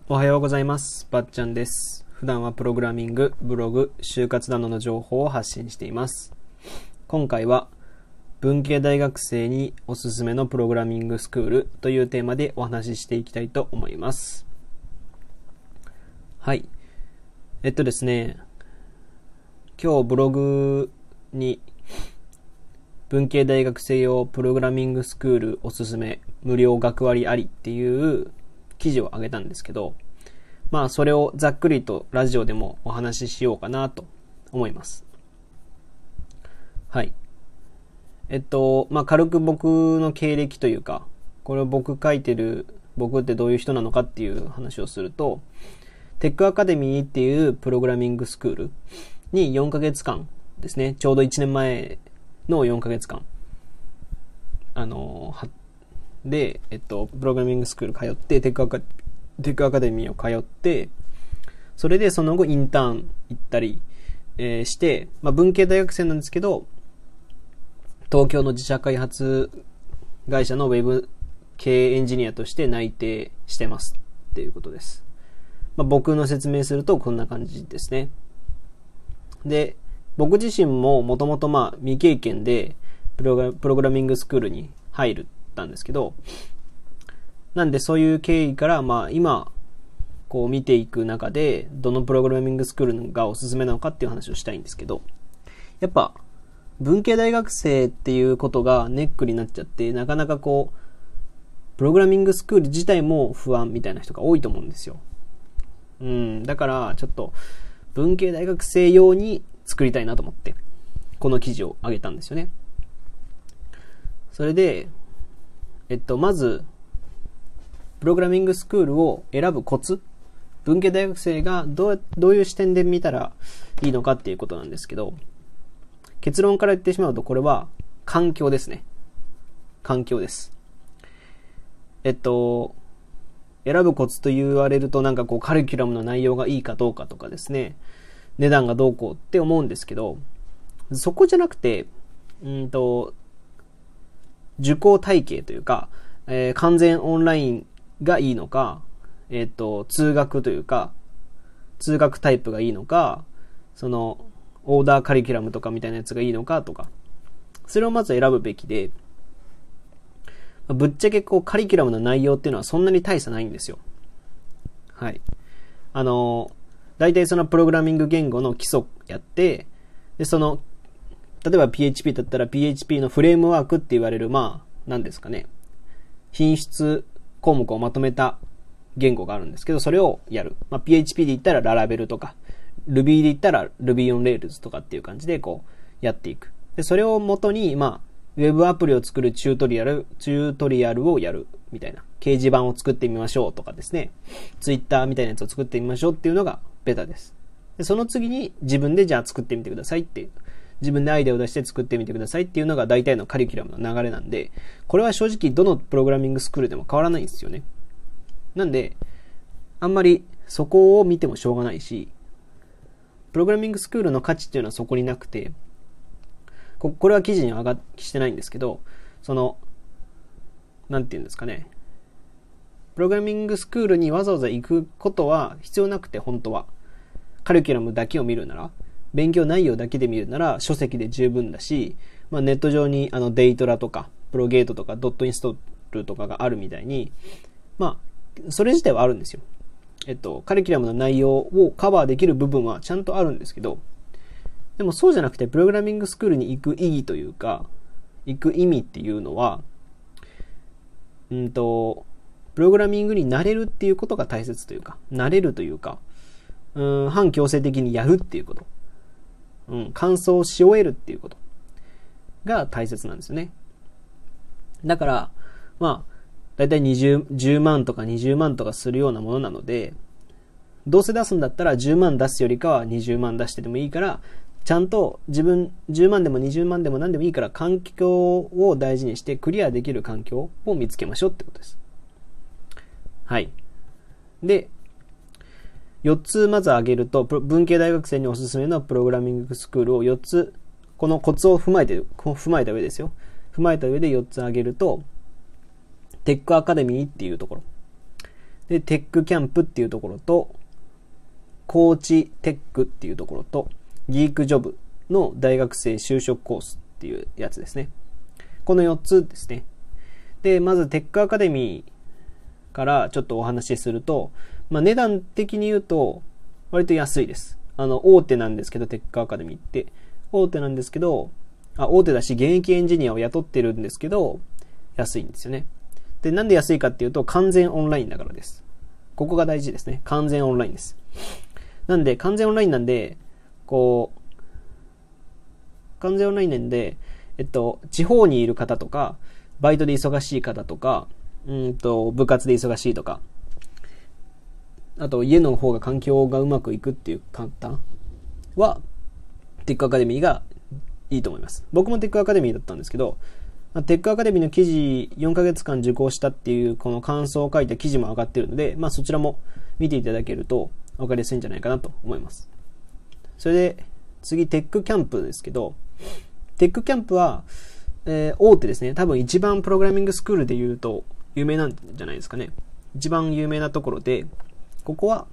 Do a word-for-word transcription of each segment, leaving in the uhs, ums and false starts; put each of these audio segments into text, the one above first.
おはようございます。ばっちゃんです。普段はプログラミング、ブログ、就活などの情報を発信しています。今回は文系大学生におすすめのプログラミングスクールというテーマでお話ししていきたいと思います。はい。えっとですね、今日ブログに文系大学生用プログラミングスクールおすすめ無料学割ありっていう記事を上げたんですけど、まあそれをざっくりとラジオでもお話ししようかなと思います。はい。えっと、まあ軽く僕の経歴というか、これを僕書いてる、僕ってどういう人なのかっていう話をすると、テックアカデミーっていうプログラミングスクールによんかげつかんですね、ちょうどいちねんまえのよんかげつかん、あの、で、えっと、プログラミングスクール通って、テックアカ、テックアカデミーを通って、それでその後インターン行ったり、えー、して、まあ文系大学生なんですけど、東京の自社開発会社のウェブ系エンジニアとして内定してますっていうことです。まあ、僕の説明するとこんな感じですね。で、僕自身ももともとまあ未経験でプログラ、プログラミングスクールに入るたんですけど、なんでそういう経緯からまあ今こう見ていく中でどのプログラミングスクールがおすすめなのかっていう話をしたいんですけど、やっぱ文系大学生っていうことがネックになっちゃって、なかなかこうプログラミングスクール自体も不安みたいな人が多いと思うんですよ。うん、だからちょっと文系大学生用に作りたいなと思ってこの記事を上げたんですよね。それでえっとまずプログラミングスクールを選ぶコツ、文系大学生がどうどういう視点で見たらいいのかっていうことなんですけど、結論から言ってしまうとこれは環境ですね。環境です。えっと選ぶコツと言われるとなんかこうカリキュラムの内容がいいかどうかとかですね、値段がどうこうって思うんですけど、そこじゃなくて、うんと受講体系というか、えー、完全オンラインがいいのか、えっと通学というか通学タイプがいいのか、そのオーダーカリキュラムとかみたいなやつがいいのかとか、それをまず選ぶべきで、ぶっちゃけこうカリキュラムの内容っていうのはそんなに大差ないんですよ。はい。あの、大体そのプログラミング言語の基礎やって、で、その、例えば ピーエイチピー だったら ピーエイチピー のフレームワークって言われる、まあ、何ですかね。品質項目をまとめた言語があるんですけど、それをやる。まあ、ピーエイチピー で言ったら Laravel とか、Ruby で言ったら Ruby on Rails とかっていう感じでこうやっていく。で、それを元に、まあ、ウェブアプリを作るチュートリアル、チュートリアルをやるみたいな。掲示板を作ってみましょうとかですね。ツイッターみたいなやつを作ってみましょうっていうのがベタです。で、その次に自分でじゃあ作ってみてくださいっていう。自分でアイデアを出して作ってみてくださいっていうのが大体のカリキュラムの流れなんで、これは正直どのプログラミングスクールでも変わらないんですよね。なんで、あんまりそこを見てもしょうがないし、プログラミングスクールの価値っていうのはそこになくて、これは記事には上がしてないんですけど、その、なんていうんですかね。プログラミングスクールにわざわざ行くことは必要なくて、本当は。カリキュラムだけを見るなら、勉強内容だけで見るなら書籍で十分だし、まあ、ネット上にあのデイトラとか、プロゲートとか、ドットインストールとかがあるみたいに、まあ、それ自体はあるんですよ。えっと、カリキュラムの内容をカバーできる部分はちゃんとあるんですけど、でもそうじゃなくて、プログラミングスクールに行く意義というか、行く意味っていうのは、うんと、プログラミングに慣れるっていうことが大切というか、慣れるというか、うん、反強制的にやるっていうこと、うん、完走し終えるっていうことが大切なんですよね。だから、まあ、だいたいにじゅう、じゅうまんとかにじゅうまんとかするようなものなので、どうせ出すんだったらじゅうまん出すよりかはにじゅうまん出してでもいいから、ちゃんと自分じゅうまんでもにじゅうまんでも何でもいいから環境を大事にしてクリアできる環境を見つけましょうってことです。はい。で、よっつまず挙げると、文系大学生におすすめのプログラミングスクールをよっつ、このコツを踏まえて、踏まえた上ですよ。踏まえた上でよっつ挙げると、テックアカデミーっていうところ。 で、テックキャンプっていうところと、コーチテックっていうところと、ギークジョブの大学生就職コースっていうやつですね。このよっつですね。で、まずテックアカデミーからちょっとお話しすると、まあ値段的に言うと割と安いです。あの、大手なんですけど、テックアカデミーって。大手なんですけど、あ、大手だし現役エンジニアを雇ってるんですけど、安いんですよね。で、なんで安いかっていうと、完全オンラインだからです。ここが大事ですね。完全オンラインです。なんで、完全オンラインなんで、こう、完全オンラインなんで、えっと、地方にいる方とか、バイトで忙しい方とか、うんと、部活で忙しいとか、あと、家の方が環境がうまくいくっていう方は、テックアカデミーがいいと思います。僕もテックアカデミーだったんですけど、テックアカデミーの記事よんかげつかん受講したっていうこの感想を書いた記事も上がってるので、まあそちらも見ていただけると分かりやすいんじゃないかなと思います。それで次テックキャンプですけど、テックキャンプは、えー、大手ですね。多分一番プログラミングスクールで言うと有名なんじゃないですかね。一番有名なところで、ここは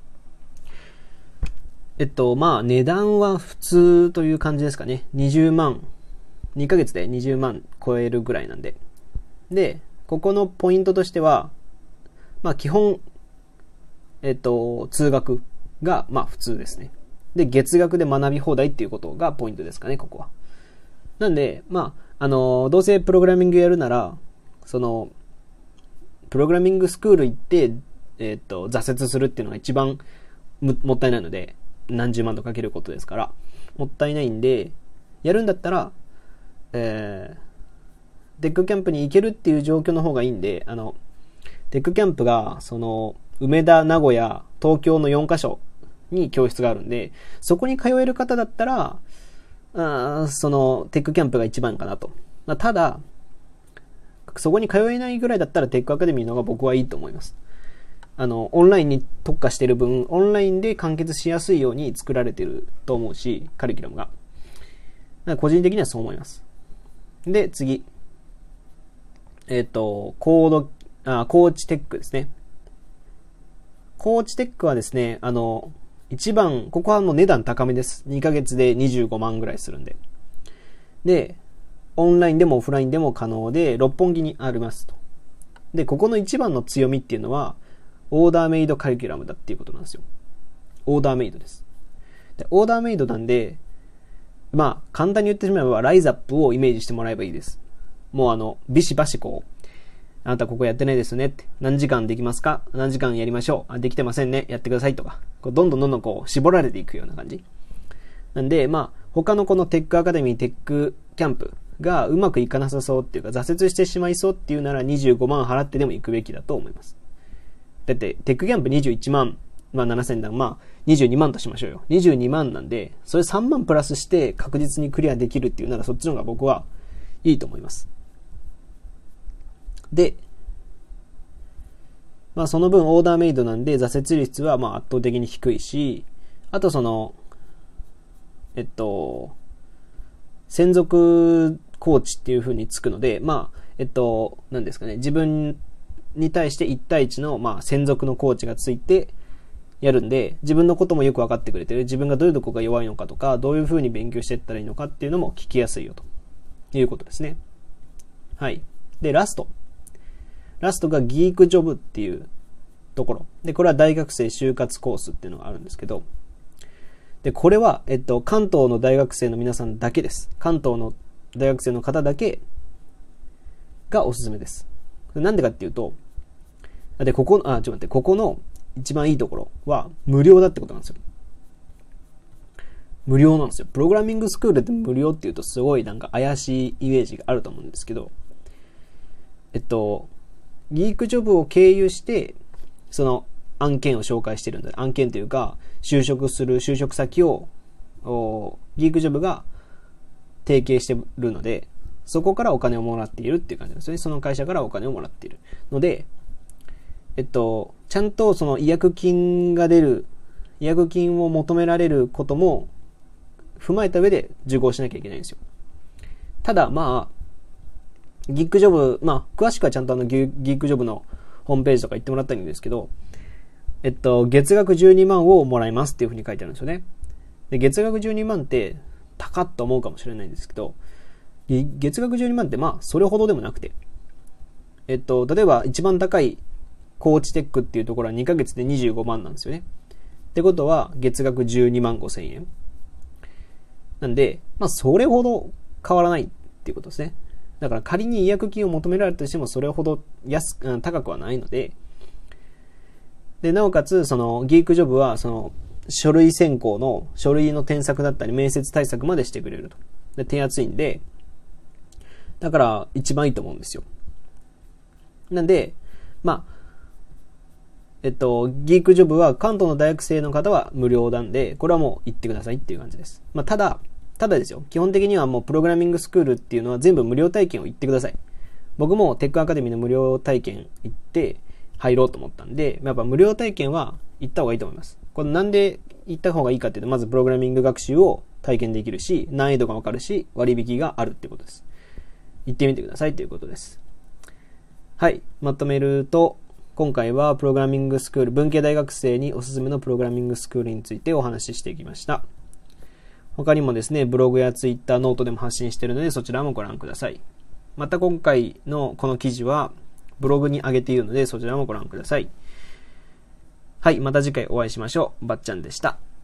えっとまあ値段は普通という感じですかね。にじゅうまんにかげつでにじゅうまん超えるぐらいなんで。で、ここのポイントとしては、まあ基本、えっと、通学がまあ普通ですね。で、月額で学び放題っていうことがポイントですかね、ここは。なんで、まあ、あの、どうせプログラミングやるなら、その、プログラミングスクール行って、えっと、挫折するっていうのが一番もったいないので、何十万とかけることですから、もったいないんで、やるんだったら、えー、テックキャンプに行けるっていう状況の方がいいんで、あの、テックキャンプが、その、梅田、名古屋、東京のよんカ所に教室があるんで、そこに通える方だったら、あその、テックキャンプが一番かなと。まあ、ただ、そこに通えないぐらいだったらテックアカデミーの方が僕はいいと思います。あの、オンラインに特化してる分、オンラインで完結しやすいように作られてると思うし、カリキュラムが。だから個人的にはそう思います。で、次。えっと、コード、あ、コーチテックですね。コーチテックはですね、あの、一番、ここはもう値段高めです。にかげつでにじゅうごまんぐらいするんで。で、オンラインでもオフラインでも可能で、六本木にありますと。で、ここの一番の強みっていうのは、オーダーメイドカリキュラムだっていうことなんですよ。オーダーメイドです。で、オーダーメイドなんで、まあ、簡単に言ってしまえば、ライズアップをイメージしてもらえばいいです。もうあの、ビシバシこう、あなたここやってないですねって。何時間できますか？何時間やりましょう。あ、できてませんね。やってくださいとか。こうどんどんどんどんこう、絞られていくような感じ。なんで、まあ、他のこのテックアカデミー、テックキャンプがうまくいかなさそうっていうか、挫折してしまいそうっていうならにじゅうごまん払ってでも行くべきだと思います。だって、テックキャンプにじゅういちまん、まあななせんだん、まあにじゅうにまんとしましょうよ。にじゅうにまんなんで、それさんまんプラスして確実にクリアできるっていうならそっちの方が僕はいいと思います。で、まあその分オーダーメイドなんで挫折率はまあ圧倒的に低いし、あとその、えっと、専属コーチっていう風につくので、まあ、えっと、何ですかね、自分に対していち対いちの、まあ、専属のコーチがついてやるんで、自分のこともよく分かってくれてる。自分がどういうとこが弱いのかとか、どういう風に勉強していったらいいのかっていうのも聞きやすいよということですね。はい。で、ラスト。ラストがギークジョブっていうところ。で、これは大学生就活コースっていうのがあるんですけど、で、これは、えっと、関東の大学生の皆さんだけです。関東の大学生の方だけがおすすめです。なんでかっていうと、で、ここ、あ、ちょっと待って、ここの一番いいところは無料だってことなんですよ。無料なんですよ。プログラミングスクールって無料っていうとすごいなんか怪しいイメージがあると思うんですけど、えっと、ギークジョブを経由して、その案件を紹介してるんだ。案件というか、就職する就職先を、ギークジョブが提携してるので、そこからお金をもらっているっていう感じですね。その会社からお金をもらっているので、えっと、ちゃんとその違約金が出る、違約金を求められることも踏まえた上で受講しなきゃいけないんですよ。ただ、まあ、ギックジョブ、まあ、詳しくはちゃんとあのギックジョブのホームページとか行ってもらったらいいんですけど、えっと、月額じゅうにまんをもらいますっていうふうに書いてあるんですよね。で、月額じゅうにまんって高っと思うかもしれないんですけど、月額じゅうにまんってまあ、それほどでもなくて、えっと、例えば一番高いコーチテックっていうところはにかげつでにじゅうごまんなんですよね。ってことは、月額じゅうにまんごせんえん。なんで、まあ、それほど変わらないっていうことですね。だから仮に違約金を求められたとしても、それほど安く、高くはないので、で、なおかつ、その、ギークジョブは、その、書類選考の、書類の添削だったり、面接対策までしてくれると。で、手厚いんで、だから、一番いいと思うんですよ。なんで、まあ、えっと、ギークジョブは関東の大学生の方は無料なんで、これはもう行ってくださいっていう感じです。まあ、ただ、ただですよ。基本的にはもうプログラミングスクールっていうのは全部無料体験を行ってください。僕もテックアカデミーの無料体験行って入ろうと思ったんで、やっぱ無料体験は行った方がいいと思います。これなんで行った方がいいかっていうと、まずプログラミング学習を体験できるし、難易度がわかるし、割引があるってことです。行ってみてくださいということです。はい。まとめると、今回はプログラミングスクール、文系大学生におすすめのプログラミングスクールについてお話ししていきました。他にもですね、ブログやツイッター、ノートでも発信しているので、そちらもご覧ください。また今回のこの記事は、ブログに上げているので、そちらもご覧ください。はい、また次回お会いしましょう。ばっちゃんでした。